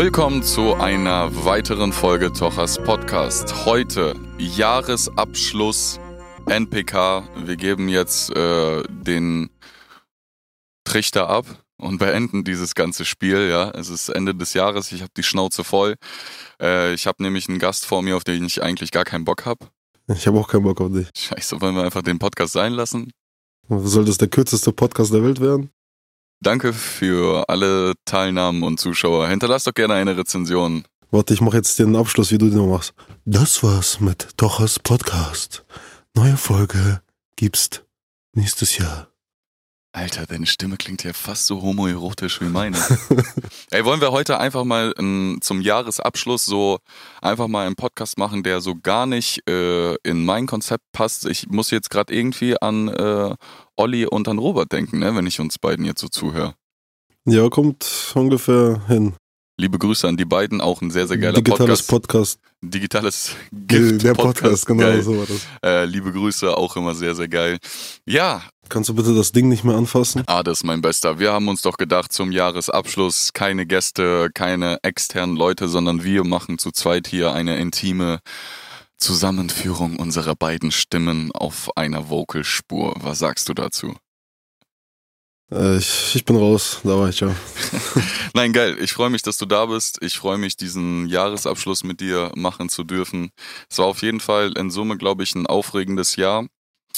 Willkommen zu einer weiteren Folge Tochas Podcast. Heute Jahresabschluss NPK. Wir geben jetzt den Trichter ab und beenden dieses ganze Spiel. Ja, es ist Ende des Jahres. Ich habe die Schnauze voll. Ich habe nämlich einen Gast vor mir, auf den ich eigentlich gar keinen Bock habe. Ich habe auch keinen Bock auf dich. Scheiße, wollen wir einfach den Podcast sein lassen? Soll das der kürzeste Podcast der Welt werden? Danke für alle Teilnahmen und Zuschauer. Hinterlasst doch gerne eine Rezension. Warte, ich mache jetzt den Abschluss, wie du den machst. Das war's mit Tochas Podcast. Neue Folge gibt's nächstes Jahr. Alter, deine Stimme klingt ja fast so homoerotisch wie meine. Ey, wollen wir heute einfach mal zum Jahresabschluss so einfach mal einen Podcast machen, der so gar nicht in mein Konzept passt. Ich muss jetzt gerade irgendwie an Olli und an Robert denken, ne, wenn ich uns beiden jetzt so zuhöre. Ja, kommt ungefähr hin. Liebe Grüße an die beiden, auch ein sehr, sehr geiler Digitales Podcast. Digitales Gift. Der Podcast, genau, geil. so war das. Liebe Grüße, auch immer sehr, sehr geil. Ja. Kannst du bitte das Ding nicht mehr anfassen? Das ist mein Bester. Wir haben uns doch gedacht, zum Jahresabschluss keine Gäste, keine externen Leute, sondern wir machen zu zweit hier eine intime Zusammenführung unserer beiden Stimmen auf einer Vocalspur. Was sagst du dazu? Ich bin raus, da war ich ja. Nein, geil. Ich freue mich, dass du da bist. Ich freue mich, diesen Jahresabschluss mit dir machen zu dürfen. Es war auf jeden Fall in Summe, glaube ich, ein aufregendes Jahr.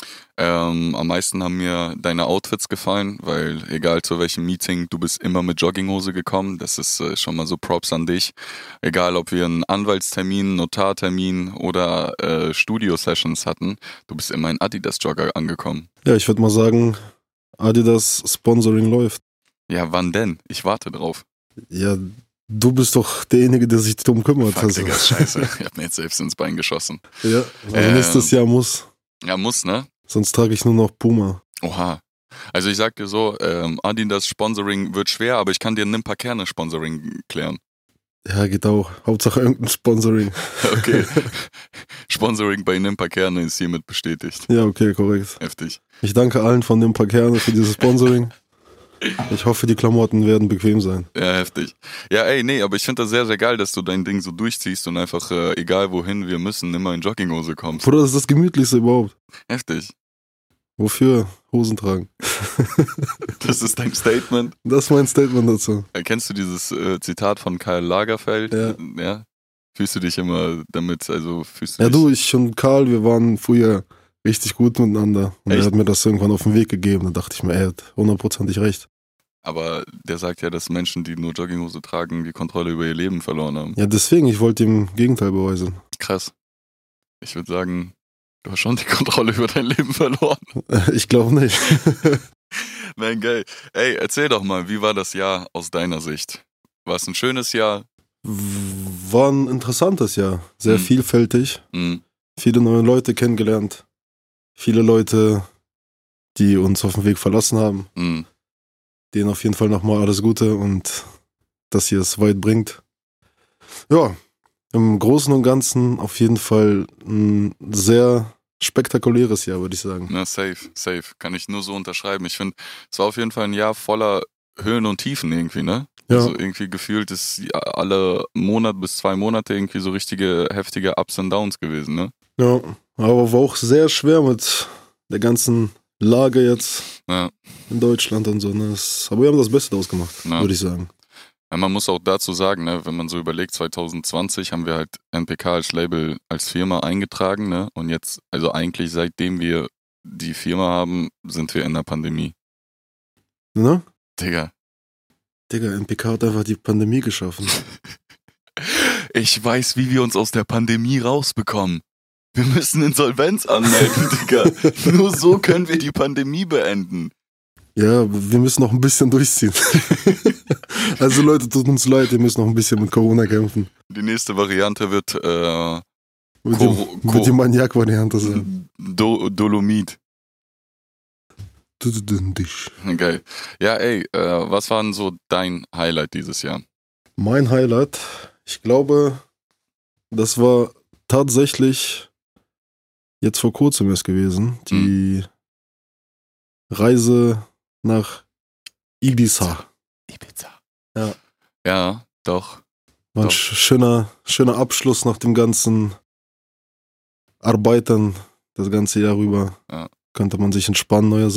Am meisten haben mir deine Outfits gefallen, weil egal zu welchem Meeting, du bist immer mit Jogginghose gekommen. Das ist schon mal so Props an dich. Egal, ob wir einen Anwaltstermin, Notartermin oder Studio-Sessions hatten, du bist immer in Adidas-Jogger angekommen. Ja, ich würde mal sagen, Adidas Sponsoring läuft. Ja, wann denn? Ich warte drauf. Ja, du bist doch derjenige, der sich darum kümmert. Fuck, Digga, scheiße. Ich hab mir jetzt selbst ins Bein geschossen. Ja, also nächstes Jahr muss. Ja, muss, ne? Sonst trage ich nur noch Puma. Oha. Also ich sag dir so, Adidas Sponsoring wird schwer, aber ich kann dir ein paar Kerne Sponsoring klären. Ja, geht auch. Hauptsache irgendein Sponsoring. Okay. Sponsoring bei Nimpa Kerne ist hiermit bestätigt. Ja, okay, korrekt. Heftig. Ich danke allen von Nimpa Kerne für dieses Sponsoring. Ich hoffe, die Klamotten werden bequem sein. Ja, heftig. Ja, ey, nee, aber ich finde das sehr, sehr geil, dass du dein Ding so durchziehst und einfach, egal wohin wir müssen, immer in Jogginghose kommst. Bruder, das ist das Gemütlichste überhaupt. Heftig. Wofür Hosen tragen? Das ist dein Statement? Das ist mein Statement dazu. Kennst du dieses Zitat von Karl Lagerfeld? Ja. Fühlst du dich immer damit, also fühlst du dich... Ja, du, ich und Karl, wir waren früher richtig gut miteinander. Und Echt? er hat mir das irgendwann auf den Weg gegeben. Da dachte ich mir, er hat 100%ig recht. Aber der sagt ja, dass Menschen, die nur Jogginghose tragen, die Kontrolle über ihr Leben verloren haben. Ja, deswegen, ich wollte ihm Gegenteil beweisen. Krass. Ich würde sagen, du hast schon die Kontrolle über dein Leben verloren. Ich glaube nicht. Nein, geil. Ey, erzähl doch mal, wie war das Jahr aus deiner Sicht? War es ein schönes Jahr? War ein interessantes Jahr. Sehr vielfältig. Viele neue Leute kennengelernt. Viele Leute, die uns auf dem Weg verlassen haben. Denen auf jeden Fall nochmal alles Gute und dass ihr es weit bringt. Ja, im Großen und Ganzen auf jeden Fall ein sehr spektakuläres Jahr, würde ich sagen. Na, safe. Kann ich nur so unterschreiben. Ich finde, es war auf jeden Fall ein Jahr voller Höhen und Tiefen irgendwie, ne? Ja. Also irgendwie gefühlt ist alle Monat bis 2 Monate irgendwie so richtige, heftige Ups und Downs gewesen, ne? Ja, aber war auch sehr schwer mit der ganzen Lage jetzt in Deutschland und so. Ne? Aber wir haben das Beste daraus gemacht, würde ich sagen. Ja, man muss auch dazu sagen, ne, wenn man so überlegt, 2020 haben wir halt NPK als Label, als Firma eingetragen, ne? Und jetzt, also eigentlich seitdem wir die Firma haben, sind wir in der Pandemie. Ne? Digga, NPK hat einfach die Pandemie geschaffen. Ich weiß, wie wir uns aus der Pandemie rausbekommen. Wir müssen Insolvenz anmelden, Digga. Nur so können wir die Pandemie beenden. Ja, wir müssen noch ein bisschen durchziehen. Also Leute, tut uns leid, wir müssen noch ein bisschen mit Corona kämpfen. Die nächste Variante wird wird die Maniak-Variante sein. Dolomit. Geil. Ja, ey, was war denn so dein Highlight dieses Jahr? Mein Highlight, ich glaube, das war tatsächlich jetzt vor kurzem erst gewesen. Die Reise nach Ibiza. Ja. Ja, doch. War ein schöner Abschluss nach dem ganzen Arbeiten das ganze Jahr rüber. Ja. Könnte man sich entspannen, neue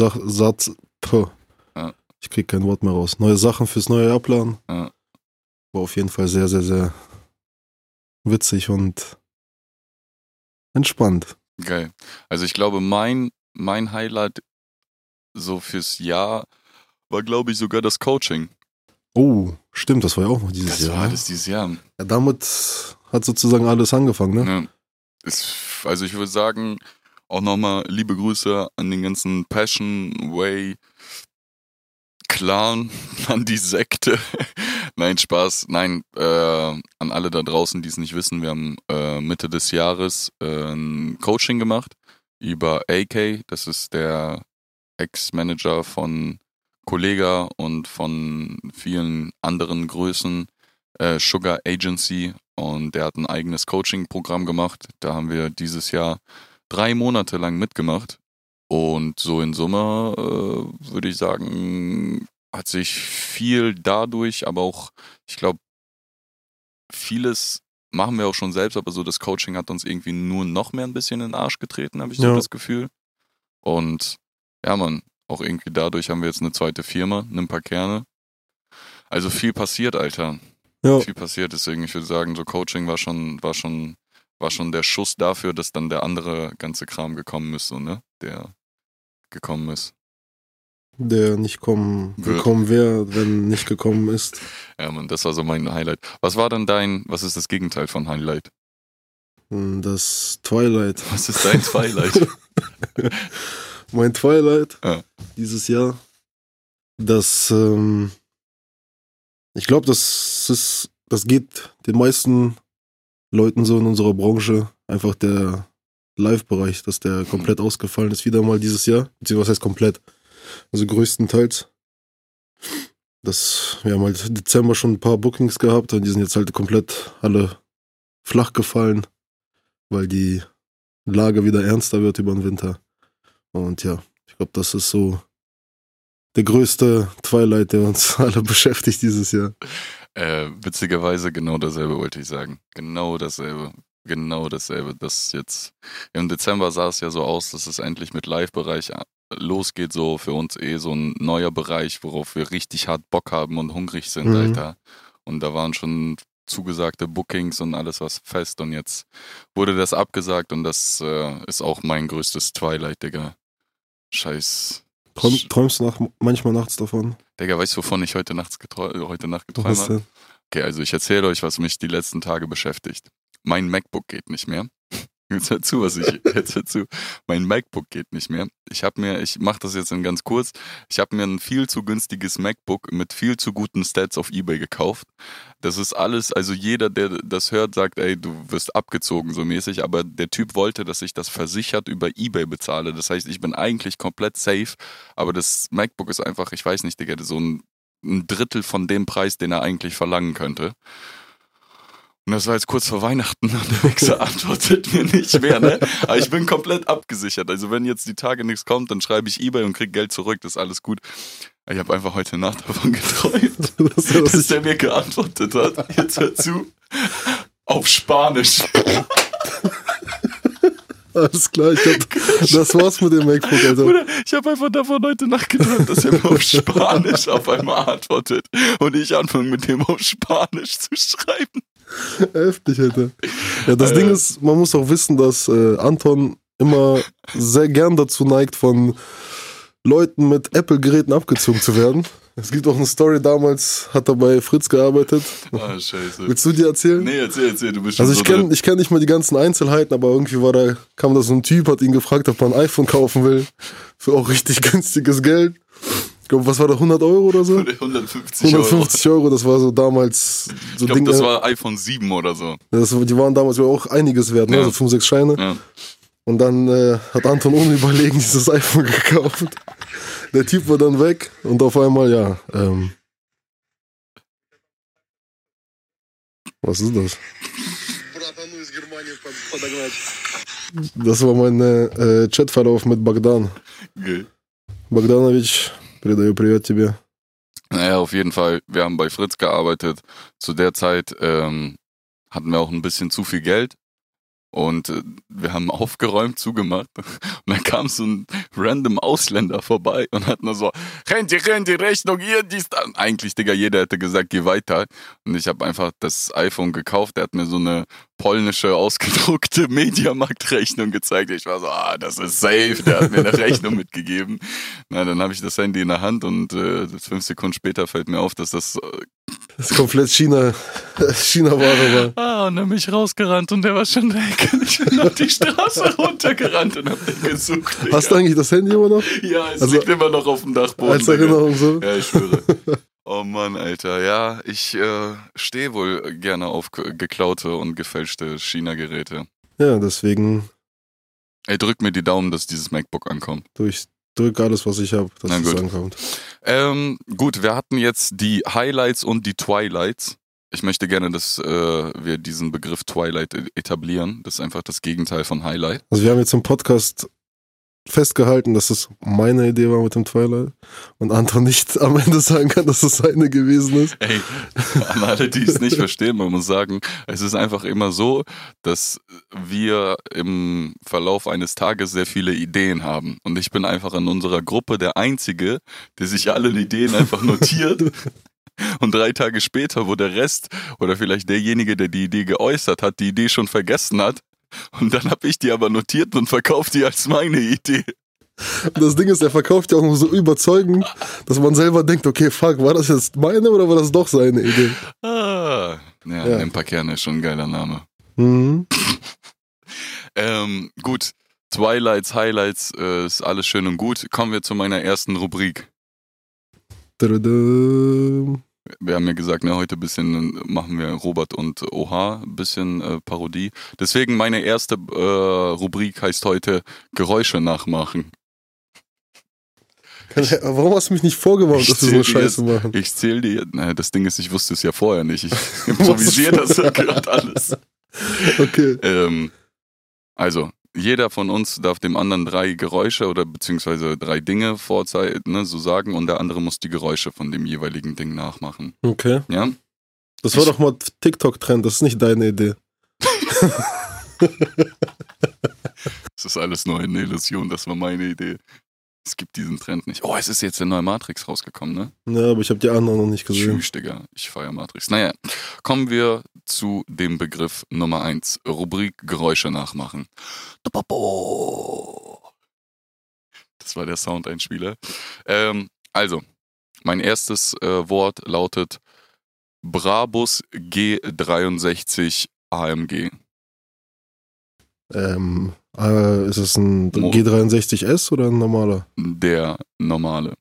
Ich krieg kein Wort mehr raus. Neue Sachen fürs neue Jahr planen. Ja. War auf jeden Fall sehr, sehr, sehr witzig und entspannt. Geil. Also ich glaube, mein Highlight so fürs Jahr war, glaube ich, sogar das Coaching. Oh, stimmt, das war ja auch noch dieses Jahr. Das war alles dieses Jahr. Ja, damit hat sozusagen alles angefangen, ne? Ja. Also ich würde sagen, auch nochmal liebe Grüße an den ganzen Passion, Way, Clan, an die Sekte. Nein, Spaß. Nein, an alle da draußen, die es nicht wissen, wir haben Mitte des Jahres ein Coaching gemacht über AK. Das ist der Ex-Manager von Kollega und von vielen anderen Größen, Sugar Agency, und der hat ein eigenes Coaching-Programm gemacht. Da haben wir dieses Jahr 3 Monate lang mitgemacht und so in Summe würde ich sagen, hat sich viel dadurch, aber auch, ich glaube, vieles machen wir auch schon selbst, aber so das Coaching hat uns irgendwie nur noch mehr ein bisschen in den Arsch getreten, habe ich so das Gefühl. Und ja, Mann, auch irgendwie dadurch haben wir jetzt eine zweite Firma, nimm ein paar Kerne. Also viel passiert, Alter. Ja. Viel passiert, deswegen ich würde sagen, so Coaching war schon der Schuss dafür, dass dann der andere ganze Kram gekommen ist, so, ne? Der gekommen ist. Der nicht gekommen wäre, wenn nicht gekommen ist. Ja, Mann, das war so mein Highlight. Was ist das Gegenteil von Highlight? Das Twilight. Was ist dein Twilight? Mein Twilight dieses Jahr, ich glaube, das geht den meisten Leuten so in unserer Branche, einfach der Live-Bereich, dass der komplett ausgefallen ist, wieder mal dieses Jahr. Beziehungsweise was heißt komplett? Also größtenteils. Wir haben halt Dezember schon ein paar Bookings gehabt und die sind jetzt halt komplett alle flach gefallen, weil die Lage wieder ernster wird über den Winter. Und ja, ich glaube, das ist so der größte Twilight, der uns alle beschäftigt dieses Jahr. Witzigerweise genau dasselbe wollte ich sagen. Genau dasselbe. Das jetzt im Dezember sah es ja so aus, dass es endlich mit Live-Bereich losgeht, so für uns so ein neuer Bereich, worauf wir richtig hart Bock haben und hungrig sind, Alter. Und da waren schon zugesagte Bookings und alles was fest und jetzt wurde das abgesagt und das ist auch mein größtes Twilight, Digga. Scheiß. Träumst du manchmal nachts davon? Digga, weißt du, wovon ich heute Nacht geträumt habe? Okay, also ich erzähle euch, was mich die letzten Tage beschäftigt. Mein MacBook geht nicht mehr. Jetzt hör zu. Mein MacBook geht nicht mehr. Ich mache das jetzt in ganz kurz. Ich habe mir ein viel zu günstiges MacBook mit viel zu guten Stats auf eBay gekauft. Das ist alles, also jeder, der das hört, sagt, ey, du wirst abgezogen so mäßig, aber der Typ wollte, dass ich das versichert über eBay bezahle. Das heißt, ich bin eigentlich komplett safe, aber das MacBook ist einfach, ich weiß nicht, Digga, so ein Drittel von dem Preis, den er eigentlich verlangen könnte. Und das war jetzt kurz vor Weihnachten und der Wichser antwortet mir nicht mehr, ne? Aber ich bin komplett abgesichert. Also wenn jetzt die Tage nichts kommt, dann schreibe ich eBay und krieg Geld zurück, das ist alles gut. Ich habe einfach heute Nacht davon geträumt, dass der mir geantwortet hat. Jetzt hör zu. Auf Spanisch. Alles klar, ich glaub, das war's mit dem MacBook, Alter. Bruder, ich habe einfach davon heute Nacht geträumt, dass er mir auf Spanisch auf einmal antwortet und ich anfange mit dem auf Spanisch zu schreiben. Heftig, Alter. Ja, das Ding ist, man muss auch wissen, dass Anton immer sehr gern dazu neigt, von Leuten mit Apple-Geräten abgezogen zu werden. Es gibt auch eine Story, damals hat er bei Fritz gearbeitet. Ah, scheiße. Willst du die erzählen? Nee, erzähl, du bist schon also ich kenn nicht mal die ganzen Einzelheiten, aber irgendwie kam da so ein Typ, hat ihn gefragt, ob er ein iPhone kaufen will. Für auch richtig günstiges Geld. Ich glaube, was war da, 100 Euro oder so? 150 Euro, das war so damals so. Ich glaube, das war iPhone 7 oder so. Die waren damals auch einiges wert, ne? Ja. So 5, 6 Scheine. Ja. Und dann hat Anton ohne Überlegen dieses iPhone gekauft. Der Typ war dann weg und auf einmal, was ist das? Das war mein Chatverlauf mit Bogdan. Okay. Bogdanovic, передаю привет тебе. Naja, auf jeden Fall, wir haben bei Fritz gearbeitet. Zu der Zeit hatten wir auch ein bisschen zu viel Geld. Und wir haben aufgeräumt, zugemacht. Und dann kam so ein random Ausländer vorbei und hat nur so, rennt die Rechnung hier, dies, da. Eigentlich, Digga, jeder hätte gesagt, geh weiter. Und ich habe einfach das iPhone gekauft. Der hat mir so eine polnische, ausgedruckte Mediamarkt-Rechnung gezeigt. Ich war so, das ist safe. Der hat mir eine Rechnung mitgegeben. Na, dann habe ich das Handy in der Hand und 5 Sekunden später fällt mir auf, dass das komplett China-Ware war. Und dann bin ich rausgerannt und der war schon weg. Ich bin auf die Straße runtergerannt und hab den gesucht. Digga. Hast du eigentlich das Handy immer noch? Ja, es liegt immer noch auf dem Dachboden. Als Erinnerung so? Ja, ich schwöre. Oh Mann, Alter. Ja, ich stehe wohl gerne auf geklaute und gefälschte China-Geräte. Ja, deswegen. Ey, drück mir die Daumen, dass dieses MacBook ankommt. Ich drück alles, was ich habe, dass es ankommt. Gut, wir hatten jetzt die Highlights und die Twilights. Ich möchte gerne, dass wir diesen Begriff Twilight etablieren. Das ist einfach das Gegenteil von Highlight. Also wir haben jetzt im Podcast festgehalten, dass es meine Idee war mit dem Twilight und Anton nicht am Ende sagen kann, dass es seine gewesen ist. Ey, an alle, die es nicht verstehen, man muss sagen, es ist einfach immer so, dass wir im Verlauf eines Tages sehr viele Ideen haben. Und ich bin einfach in unserer Gruppe der Einzige, der sich alle Ideen einfach notiert. Und 3 Tage später, wo der Rest oder vielleicht derjenige, der die Idee geäußert hat, die Idee schon vergessen hat. Und dann habe ich die aber notiert und verkauft die als meine Idee. Und das Ding ist, er verkauft ja auch so überzeugend, dass man selber denkt, okay, fuck, war das jetzt meine oder war das doch seine Idee? Ja. Empakerne ist schon ein geiler Name. Mhm. Gut, Twilights, Highlights, ist alles schön und gut. Kommen wir zu meiner ersten Rubrik. Tada. Wir haben ja gesagt, heute machen wir Robert und Oha, ein bisschen Parodie. Deswegen meine erste Rubrik heißt heute Geräusche nachmachen. Warum hast du mich nicht vorgewarnt, dass wir so eine Scheiße machen? Ich zähle dir. Das Ding ist, ich wusste es ja vorher nicht. Ich improvisiere das ja gerade alles. Okay. Also, jeder von uns darf dem anderen 3 Geräusche oder beziehungsweise 3 Dinge so sagen und der andere muss die Geräusche von dem jeweiligen Ding nachmachen. Okay. Ja? Das war doch mal TikTok-Trend, das ist nicht deine Idee. Das ist alles nur eine Illusion, das war meine Idee. Es gibt diesen Trend nicht. Oh, es ist jetzt der neue Matrix rausgekommen, ne? Ja, aber ich habe die anderen noch nicht gesehen. Tschüss, Digga. Ich feiere Matrix. Naja, kommen wir zu dem Begriff Nummer 1. Rubrik Geräusche nachmachen. Das war der Soundeinspieler. Also, mein erstes Wort lautet Brabus G63 AMG. Ist es ein G63S oder ein normaler? Der normale.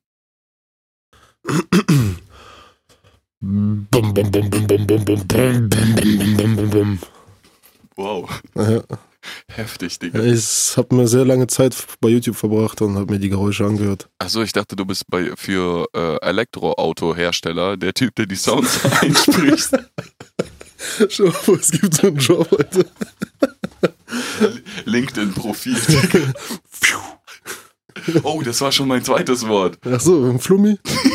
Wow. Ja. Heftig, Digga. Ich habe mir sehr lange Zeit bei YouTube verbracht und habe mir die Geräusche angehört. Achso, ich dachte, du bist für Elektroauto-Hersteller der Typ, der die Sounds einspricht. Schau mal, es gibt so einen Job, Alter. LinkedIn-Profil. Oh, das war schon mein zweites Wort. Achso, ein Flummi?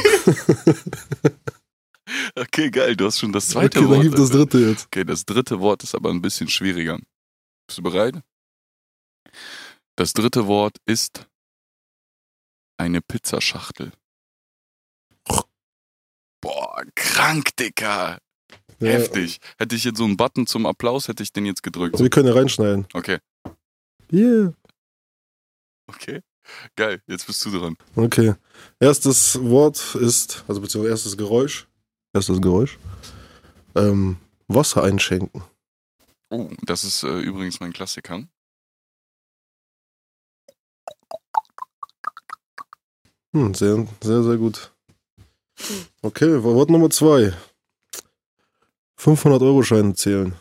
Okay, geil, du hast schon das zweite Wort. Okay, dann gibt das dritte jetzt. Okay, das dritte Wort ist aber ein bisschen schwieriger. Bist du bereit? Das dritte Wort ist eine Pizzaschachtel. Boah, krank, Dicker. Ja. Heftig. Hätte ich jetzt so einen Button zum Applaus, hätte ich den jetzt gedrückt. Also wir können ja reinschneiden. Okay. Yeah. Okay. Geil, jetzt bist du dran. Okay. Erstes Wort ist, also beziehungsweise erstes Geräusch. Wasser einschenken. Oh, das ist übrigens mein Klassiker. Sehr, sehr, sehr gut. Okay, Wort Nummer 2. 500-Euro-Scheine zählen.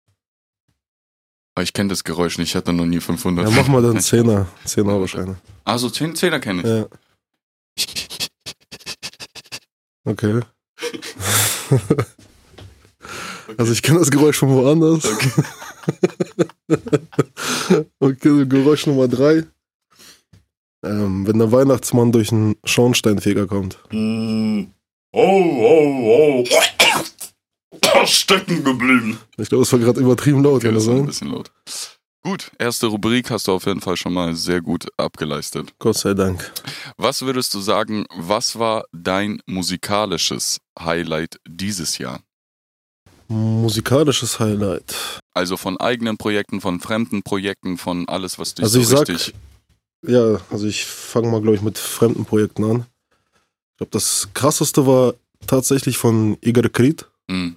Ich kenne das Geräusch nicht, ich hatte noch nie 500. Ja, mach mal dann 10-Euro-Scheine. Also 10er kenne ich. Ja. Okay. Also ich kenne das Geräusch von woanders. Okay, Geräusch Nummer 3. Wenn der Weihnachtsmann durch einen Schornsteinfeger kommt. stecken geblieben. Ich glaube, es war gerade übertrieben laut, okay, kann das war sein? Ein bisschen laut. Gut, erste Rubrik hast du auf jeden Fall schon mal sehr gut abgeleistet. Gott sei Dank. Was würdest du sagen, was war dein musikalisches Highlight dieses Jahr? Musikalisches Highlight. Also von eigenen Projekten, von fremden Projekten, von alles, was dich also so ich richtig... ich fange mal, glaube ich, mit fremden Projekten an. Ich glaube, das krasseste war tatsächlich von Igor Krit.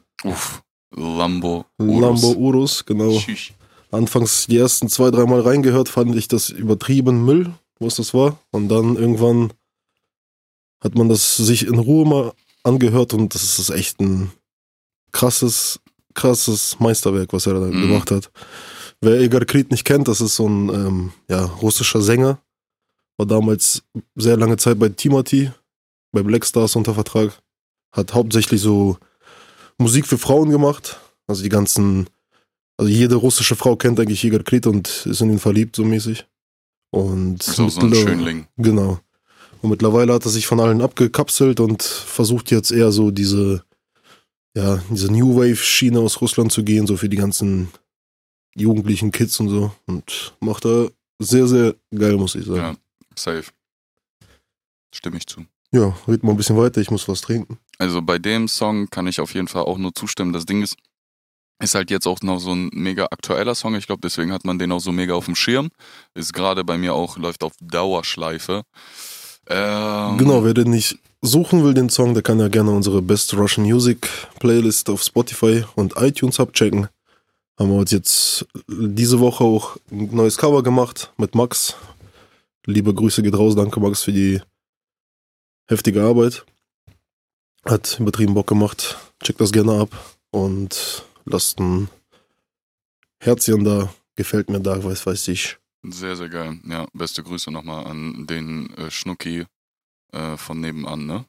Lambo Urus, genau. Schisch. Anfangs die ersten 2-3 Mal reingehört, fand ich das übertrieben Müll, was das war. Und dann irgendwann hat man das sich in Ruhe mal angehört und das ist echt ein krasses Meisterwerk, was er da gemacht hat. Wer Igor Krit nicht kennt, das ist so ein russischer Sänger. War damals sehr lange Zeit bei Timati, bei Black Stars unter Vertrag. Hat hauptsächlich so Musik für Frauen gemacht. Also jede russische Frau kennt eigentlich Igor Krit und ist in ihn verliebt, so mäßig. Und ist auch so ein Schönling. Genau. Und mittlerweile hat er sich von allen abgekapselt und versucht jetzt eher so diese New Wave-Schiene aus Russland zu gehen, so für die ganzen jugendlichen Kids und so. Und macht er sehr, sehr geil, muss ich sagen. Ja, safe. Stimme ich zu. Ja, red mal ein bisschen weiter, ich muss was trinken. Also bei dem Song kann ich auf jeden Fall auch nur zustimmen. Das Ding ist halt jetzt auch noch so ein mega aktueller Song. Ich glaube, deswegen hat man den auch so mega auf dem Schirm. Ist gerade bei mir auch, läuft auf Dauerschleife. Genau, wer den nicht suchen will, den Song, der kann ja gerne unsere Best Russian Music Playlist auf Spotify und iTunes abchecken. Haben wir uns jetzt diese Woche auch ein neues Cover gemacht mit Max. Liebe Grüße geht raus, danke Max für die heftige Arbeit. Hat übertrieben Bock gemacht. Checkt das gerne ab und lasst ein Herzchen da. Gefällt mir da, weiß ich. Sehr, sehr geil. Ja, beste Grüße nochmal an den Schnucki von nebenan, ne?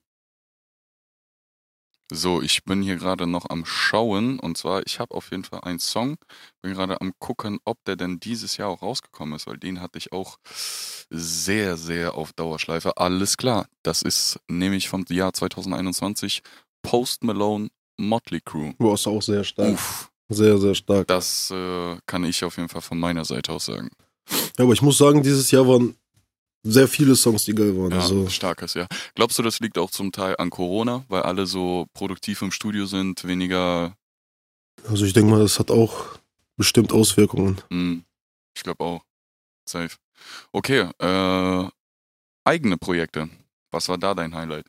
So, ich bin hier gerade noch am Schauen und zwar, ich habe auf jeden Fall einen Song, bin gerade am gucken, ob der denn dieses Jahr auch rausgekommen ist, weil den hatte ich auch sehr, sehr auf Dauerschleife. Alles klar, das ist nämlich vom Jahr 2021 Post Malone Motley Crue. Du warst auch sehr stark. Sehr, sehr stark. Das kann ich auf jeden Fall von meiner Seite aus sagen. Ja, aber ich muss sagen, dieses Jahr waren sehr viele Songs, die geil waren. Ja, also. Starkes, ja. Glaubst du, das liegt auch zum Teil an Corona, weil alle so produktiv im Studio sind, weniger... Also ich denke mal, das hat auch bestimmt Auswirkungen. Ich glaube auch. Safe. Okay, eigene Projekte. Was war da dein Highlight?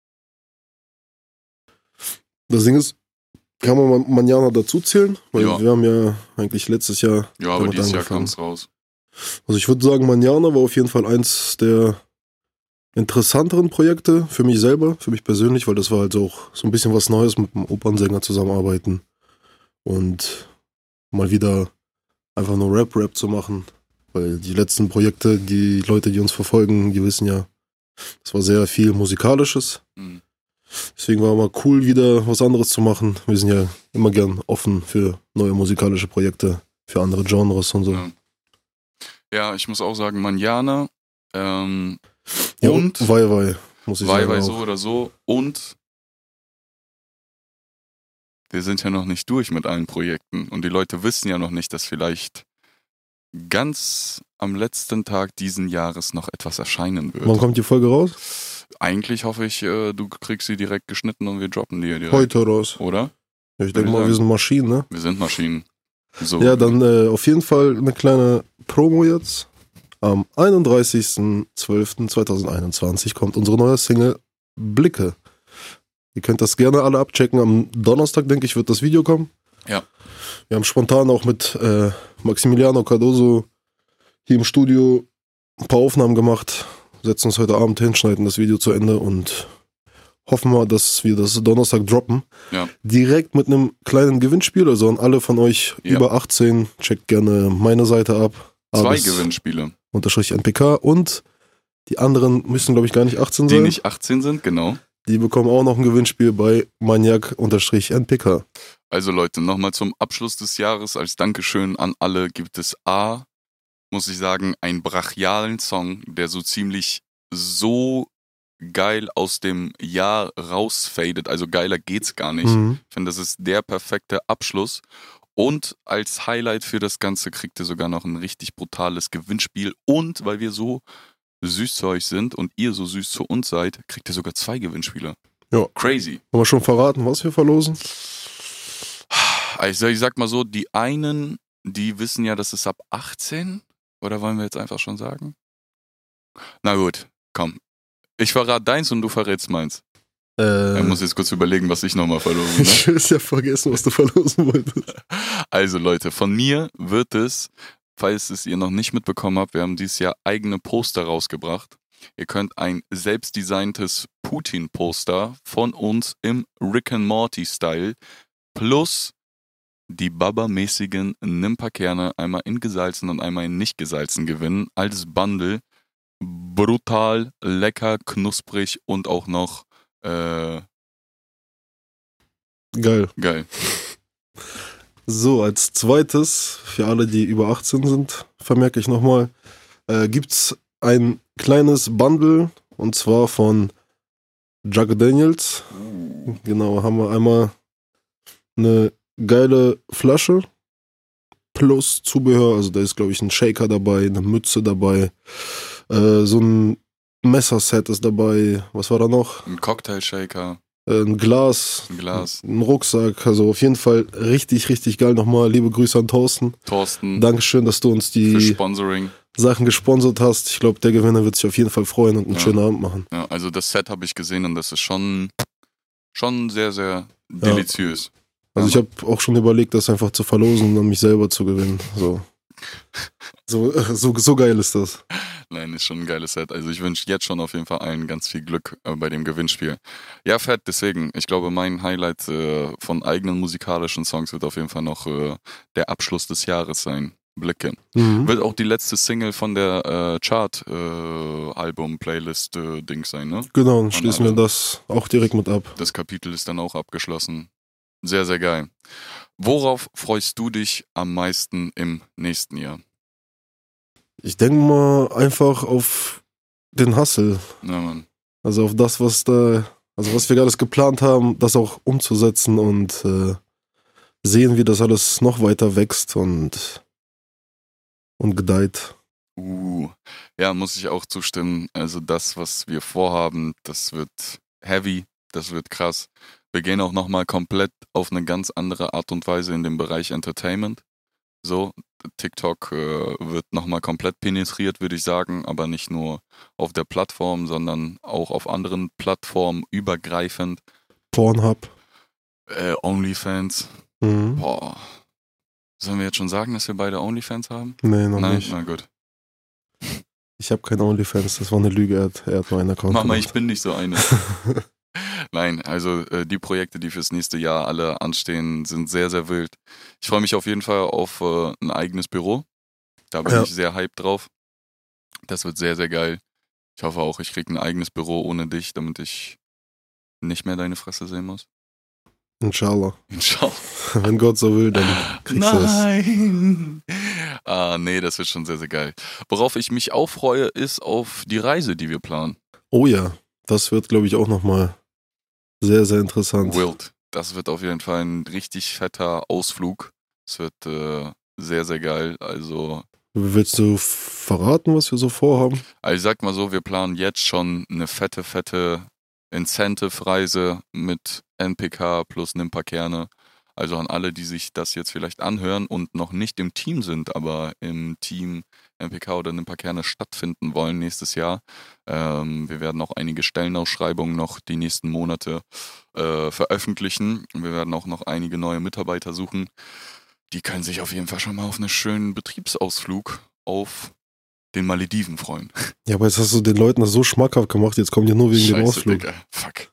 Das Ding ist, kann man Manjana dazu zählen? Weil wir haben ja eigentlich letztes Jahr... Ja, aber dieses Jahr kam es raus. Also ich würde sagen, Manjana war auf jeden Fall eins der interessanteren Projekte für mich selber, für mich persönlich, weil das war halt auch so ein bisschen was Neues, mit einem Opernsänger zusammenarbeiten und mal wieder einfach nur Rap zu machen, weil die letzten Projekte, die Leute, die uns verfolgen, die wissen ja, das war sehr viel Musikalisches. Deswegen war mal cool, wieder was anderes zu machen. Wir sind ja immer gern offen für neue musikalische Projekte, für andere Genres und so. Ja, ich muss auch sagen, Manjana und Wei, muss ich sagen. Wei so oder so. Und wir sind ja noch nicht durch mit allen Projekten. Und die Leute wissen ja noch nicht, dass vielleicht ganz am letzten Tag diesen Jahres noch etwas erscheinen wird. Wann kommt die Folge raus? Eigentlich hoffe ich, du kriegst sie direkt geschnitten und wir droppen die direkt. Heute raus. Oder? Ich denke mal, wir sind Maschinen, ne? Wir sind Maschinen. So. Ja, dann auf jeden Fall eine kleine Promo jetzt. Am 31.12.2021 kommt unsere neue Single Blicke. Ihr könnt das gerne alle abchecken. Am Donnerstag, denke ich, wird das Video kommen. Ja. Wir haben spontan auch mit Maximiliano Cardoso hier im Studio ein paar Aufnahmen gemacht. Setzen uns heute Abend hin, schneiden das Video zu Ende und hoffen wir, dass wir das Donnerstag droppen. Ja. Direkt mit einem kleinen Gewinnspiel. Also an alle von euch über 18, checkt gerne meine Seite ab. 2 Gewinnspiele. _NPK und die anderen müssen, glaube ich, gar nicht 18 sein. Die nicht 18 sind, genau. Die bekommen auch noch ein Gewinnspiel bei Maniac_NPK. Also Leute, nochmal zum Abschluss des Jahres als Dankeschön an alle gibt es muss ich sagen, einen brachialen Song, der so ziemlich so geil aus dem Jahr rausfadet. Also geiler geht's gar nicht. Ich finde, das ist der perfekte Abschluss. Und als Highlight für das Ganze kriegt ihr sogar noch ein richtig brutales Gewinnspiel. Und weil wir so süß zu euch sind und ihr so süß zu uns seid, kriegt ihr sogar 2 Gewinnspiele. Ja. Crazy. Haben wir schon verraten, was wir verlosen? Also ich sag mal so, die einen, die wissen ja, das ist ab 18. Oder wollen wir jetzt einfach schon sagen? Na gut, komm. Ich verrate deins und du verrätst meins. Ich muss jetzt kurz überlegen, was ich nochmal verlosen. Ne? Ich will ja vergessen, was du verlosen wolltest. Also Leute, von mir wird es, falls es ihr noch nicht mitbekommen habt, wir haben dieses Jahr eigene Poster rausgebracht. Ihr könnt ein selbstdesigntes Putin-Poster von uns im Rick and Morty-Style plus die Baba-mäßigen Nimpa-Kerne einmal in gesalzen und einmal in nicht gesalzen gewinnen. Als Bundle. Brutal, lecker, knusprig und auch noch Geil. So, als zweites, für alle, die über 18 sind, vermerke ich nochmal, gibt's ein kleines Bundle und zwar von Jack Daniels. Genau, haben wir einmal eine geile Flasche plus Zubehör, also da ist glaube ich ein Shaker dabei, eine Mütze dabei, so ein Messerset ist dabei, was war da noch? Ein Cocktail-Shaker. Ein Glas, ein Rucksack, also auf jeden Fall richtig, richtig geil. Nochmal liebe Grüße an Thorsten. Dankeschön, dass du uns die Sachen gesponsert hast. Ich glaube, der Gewinner wird sich auf jeden Fall freuen und einen schönen Abend machen. Ja, also das Set habe ich gesehen und das ist schon sehr, sehr deliziös. Also ich habe auch schon überlegt, das einfach zu verlosen und dann mich selber zu gewinnen. So geil ist das. Nein, ist schon ein geiles Set. Also ich wünsche jetzt schon auf jeden Fall allen ganz viel Glück bei dem Gewinnspiel. Ja, fett, deswegen. Ich glaube, mein Highlight von eigenen musikalischen Songs wird auf jeden Fall noch der Abschluss des Jahres sein. Blicke. Wird auch die letzte Single von der Chart-Album-Playlist-Ding sein, ne? Genau, dann schließen wir das auch direkt mit ab. Das Kapitel ist dann auch abgeschlossen. Sehr, sehr geil. Worauf freust du dich am meisten im nächsten Jahr? Ich denke mal einfach auf den Hustle. Ja, Mann. Also auf das, was wir alles geplant haben, das auch umzusetzen und sehen, wie das alles noch weiter wächst und gedeiht. Ja, muss ich auch zustimmen. Also das, was wir vorhaben, das wird heavy, das wird krass. Wir gehen auch nochmal komplett auf eine ganz andere Art und Weise in den Bereich Entertainment. So, TikTok wird nochmal komplett penetriert, würde ich sagen, aber nicht nur auf der Plattform, sondern auch auf anderen Plattformen übergreifend. Pornhub. OnlyFans. Boah. Sollen wir jetzt schon sagen, dass wir beide OnlyFans haben? Nee, noch nicht. Na gut. Ich habe keine OnlyFans, das war eine Lüge, er hat nur einen Account Mama, gemacht. ich bin nicht so eine. Nein, also die Projekte, die fürs nächste Jahr alle anstehen, sind sehr, sehr wild. Ich freue mich auf jeden Fall auf ein eigenes Büro. Da bin ich sehr hyped drauf. Das wird sehr, sehr geil. Ich hoffe auch, ich kriege ein eigenes Büro ohne dich, damit ich nicht mehr deine Fresse sehen muss. Inshallah. Inshallah. Wenn Gott so will, dann kriegst du das. Nein! Nee, das wird schon sehr, sehr geil. Worauf ich mich auch freue, ist auf die Reise, die wir planen. Oh ja, das wird, glaube ich, auch nochmal sehr, sehr interessant. Wild. Das wird auf jeden Fall ein richtig fetter Ausflug. Es wird sehr, sehr geil. Also. Willst du verraten, was wir so vorhaben? Also ich sag mal so, wir planen jetzt schon eine fette Incentive-Reise mit NPK plus Nimpa-Kerne. Also an alle, die sich das jetzt vielleicht anhören und noch nicht im Team sind, aber im Team NPK oder Nimpa-Kerne stattfinden wollen nächstes Jahr. Wir werden auch einige Stellenausschreibungen noch die nächsten Monate veröffentlichen. Wir werden auch noch einige neue Mitarbeiter suchen. Die können sich auf jeden Fall schon mal auf einen schönen Betriebsausflug auf den Malediven freuen. Ja, aber jetzt hast du den Leuten das so schmackhaft gemacht, jetzt kommen die nur wegen dem Ausflug. Digga. Fuck.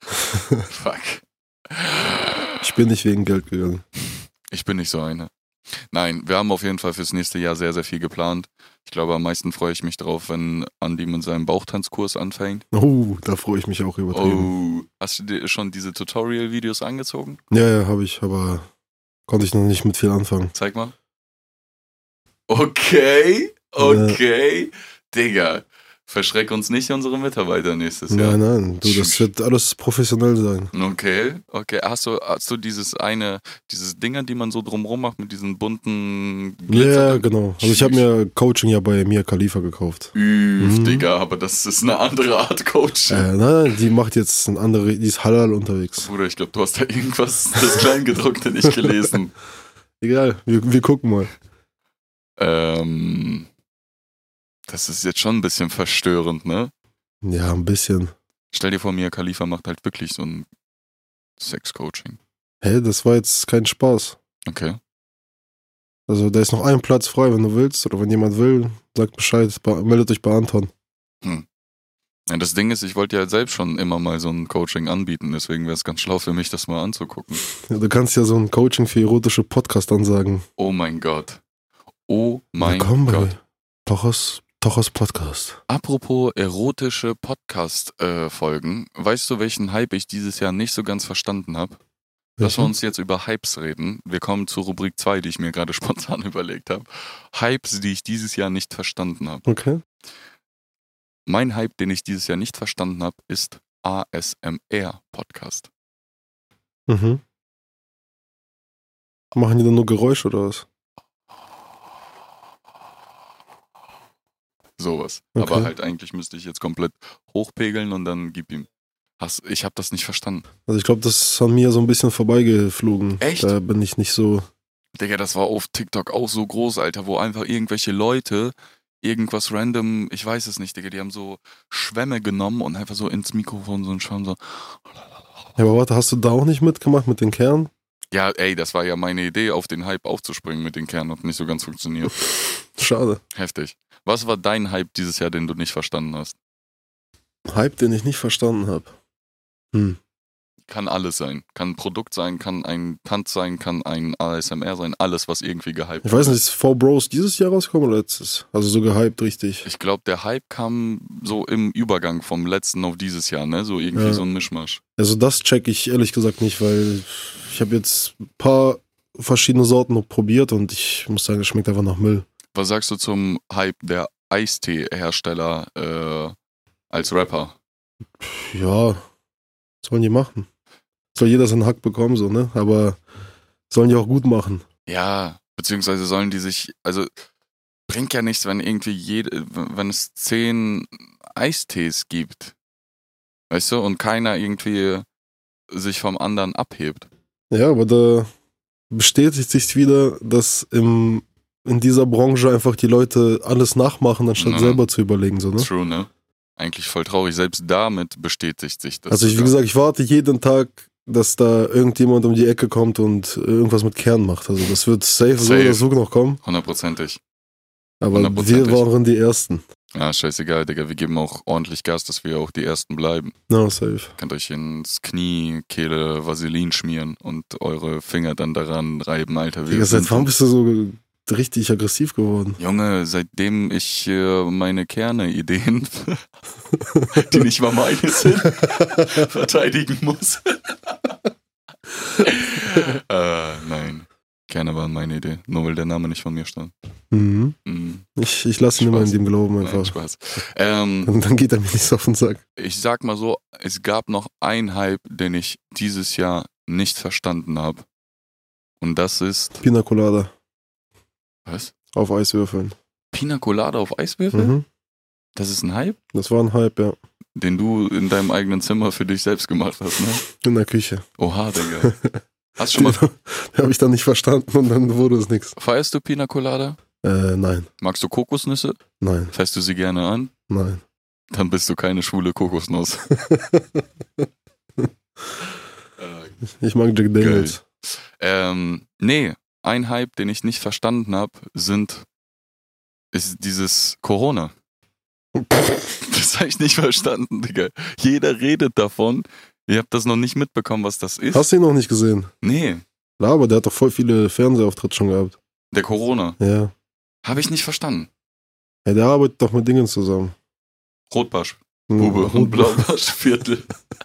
Ich bin nicht wegen Geld gegangen. Ich bin nicht so eine. Nein, wir haben auf jeden Fall fürs nächste Jahr sehr, sehr viel geplant. Ich glaube, am meisten freue ich mich drauf, wenn Andi mit seinem Bauchtanzkurs anfängt. Oh, da freue ich mich auch übertrieben. Oh, hast du dir schon diese Tutorial-Videos angezogen? Ja, habe ich, aber konnte ich noch nicht mit viel anfangen. Zeig mal. Okay. Digga. Verschreck uns nicht unsere Mitarbeiter nächstes Jahr. Nein, das wird alles professionell sein. Okay. Hast du dieses Dinger, die man so drumrum macht mit diesen bunten Glitzer? Ja, genau. Also ich habe mir Coaching ja bei Mia Khalifa gekauft. Digga, aber das ist eine andere Art Coaching. Nein, die macht jetzt die ist halal unterwegs. Bruder, ich glaube, du hast da irgendwas, das Kleingedruckte nicht gelesen. Egal, wir gucken mal. Das ist jetzt schon ein bisschen verstörend, ne? Ja, ein bisschen. Stell dir vor, Mia Khalifa macht halt wirklich so ein Sex-Coaching. Das war jetzt kein Spaß. Okay. Also da ist noch ein Platz frei, wenn du willst. Oder wenn jemand will, sagt Bescheid, meldet euch bei Anton. Ja, das Ding ist, ich wollte ja selbst schon immer mal so ein Coaching anbieten. Deswegen wäre es ganz schlau für mich, das mal anzugucken. Ja, du kannst ja so ein Coaching für erotische Podcast ansagen. Oh mein Gott. Gott. Tochos Podcast. Apropos erotische Podcast-Folgen, weißt du, welchen Hype ich dieses Jahr nicht so ganz verstanden habe? Lass uns jetzt über Hypes reden. Wir kommen zur Rubrik 2, die ich mir gerade spontan überlegt habe. Hypes, die ich dieses Jahr nicht verstanden habe. Okay. Mein Hype, den ich dieses Jahr nicht verstanden habe, ist ASMR-Podcast. Machen die dann nur Geräusche oder was? Sowas. Okay. Aber halt eigentlich müsste ich jetzt komplett hochpegeln und dann gib ihm. Ich habe das nicht verstanden. Also ich glaube, das ist an mir so ein bisschen vorbeigeflogen. Echt? Da bin ich nicht so... Digga, das war auf TikTok auch so groß, Alter, wo einfach irgendwelche Leute irgendwas random, ich weiß es nicht, Digga, die haben so Schwämme genommen und einfach so ins Mikrofon so einen Schwamm so... Ja, aber warte, hast du da auch nicht mitgemacht mit den Kernen? Ja, das war ja meine Idee, auf den Hype aufzuspringen mit den Kernen, hat nicht so ganz funktioniert. Schade. Heftig. Was war dein Hype dieses Jahr, den du nicht verstanden hast? Hype, den ich nicht verstanden habe. Kann alles sein. Kann ein Produkt sein, kann ein Tanz sein, kann ein ASMR sein. Alles, was irgendwie gehypt Ich weiß nicht, ist 4 Bros dieses Jahr rausgekommen oder letztes? Also so gehypt, richtig. Ich glaube, der Hype kam so im Übergang vom letzten auf dieses Jahr, ne? So irgendwie so ein Mischmasch. Also das check ich ehrlich gesagt nicht, weil ich habe jetzt ein paar verschiedene Sorten noch probiert und ich muss sagen, es schmeckt einfach nach Müll. Was sagst du zum Hype der Eistee-Hersteller als Rapper? Ja, sollen die machen. Soll jeder seinen Hack bekommen, so, ne? Aber sollen die auch gut machen. Ja, beziehungsweise sollen die sich, also bringt ja nichts, wenn irgendwie wenn es 10 Eistees gibt, weißt du, und keiner irgendwie sich vom anderen abhebt. Ja, aber da bestätigt sich wieder, dass in dieser Branche einfach die Leute alles nachmachen, anstatt selber zu überlegen, so, ne? True, ne? Eigentlich voll traurig. Selbst damit bestätigt sich das. Also wie gesagt, ich warte jeden Tag, dass da irgendjemand um die Ecke kommt und irgendwas mit Kern macht. Also das wird safe. So oder so noch kommen. 100%. Aber 100%. Wir waren die Ersten. Ja, scheißegal, Digga. Wir geben auch ordentlich Gas, dass wir auch die Ersten bleiben. No, safe. Könnt euch ins Knie, Kehle, Vaseline schmieren und eure Finger dann daran reiben, Alter. Digga, seit wann bist du so richtig aggressiv geworden? Junge, seitdem ich meine Kerne-Ideen, die nicht mal meine sind, verteidigen muss. Nein, Kerne waren meine Idee, nur weil der Name nicht von mir stand. Ich lasse ihn immer in dem Glauben einfach. Nein, Spaß. Dann geht er mir nicht so auf den Sack. Ich sag mal so, es gab noch einen Hype, den ich dieses Jahr nicht verstanden habe. Und das ist... Pina Colada. Was? Auf Eiswürfeln. Pina Colada auf Eiswürfeln? Das ist ein Hype? Das war ein Hype, ja. Den du in deinem eigenen Zimmer für dich selbst gemacht hast, ne? In der Küche. Oha, Digga. Hast du schon mal... Den habe ich dann nicht verstanden und dann wurde es nichts. Feierst du Pina Colada? Nein. Magst du Kokosnüsse? Nein. Fährst du sie gerne an? Nein. Dann bist du keine schwule Kokosnuss. Ich mag Jack Daniels. Nee. Ein Hype, den ich nicht verstanden habe, ist dieses Corona. Das habe ich nicht verstanden, Digga. Jeder redet davon. Ihr habt das noch nicht mitbekommen, was das ist. Hast du ihn noch nicht gesehen? Nee. Ja, aber der hat doch voll viele Fernsehauftritte schon gehabt. Der Corona? Ja. Habe ich nicht verstanden. Ja, der arbeitet doch mit Dingen zusammen. Rotbarsch. Bube und Blaubarschviertel.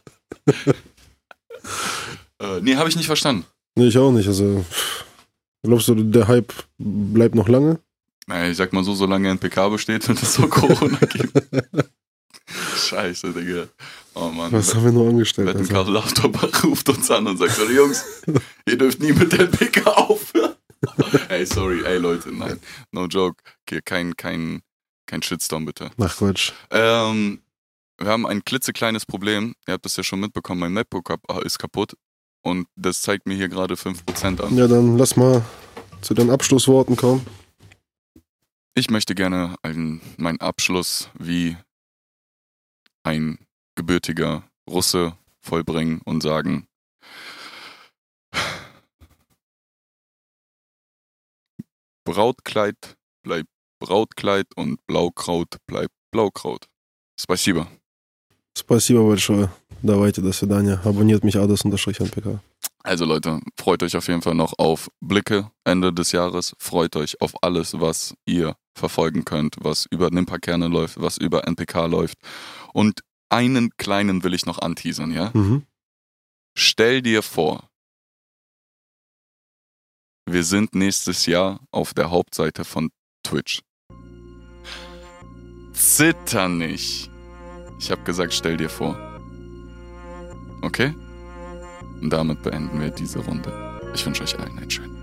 Nee, habe ich nicht verstanden. Nee, ich auch nicht. Also... Glaubst du, der Hype bleibt noch lange? Naja, ich sag mal so, solange NPK besteht, wird es so Corona geben. Scheiße, Digga. Oh Mann. Was haben wir nur angestellt? Wetten, Karl Lauterbach ruft uns an und sagt so, Jungs, ihr dürft nie mit der PK aufhören. Ey, sorry, ey Leute, nein. No joke. Okay, kein Shitstorm bitte. Ach Quatsch. Wir haben ein klitzekleines Problem. Ihr habt das ja schon mitbekommen, mein MacBook ist kaputt. Und das zeigt mir hier gerade 5% an. Ja, dann lass mal zu den Abschlussworten kommen. Ich möchte gerne meinen Abschluss wie ein gebürtiger Russe vollbringen und sagen, Brautkleid bleibt Brautkleid und Blaukraut bleibt Blaukraut. Спасибо. Спасибо большое. Давайте, до свидания. Abonniert mich Ades_NPK. Also Leute, freut euch auf jeden Fall noch auf Blicke Ende des Jahres. Freut euch auf alles, was ihr verfolgen könnt, was über Nimpa-Kerne läuft, was über NPK läuft. Und einen kleinen will ich noch anteasern, ja? Stell dir vor, wir sind nächstes Jahr auf der Hauptseite von Twitch. Zitter nicht. Ich habe gesagt, stell dir vor. Okay? Und damit beenden wir diese Runde. Ich wünsche euch allen einen schönen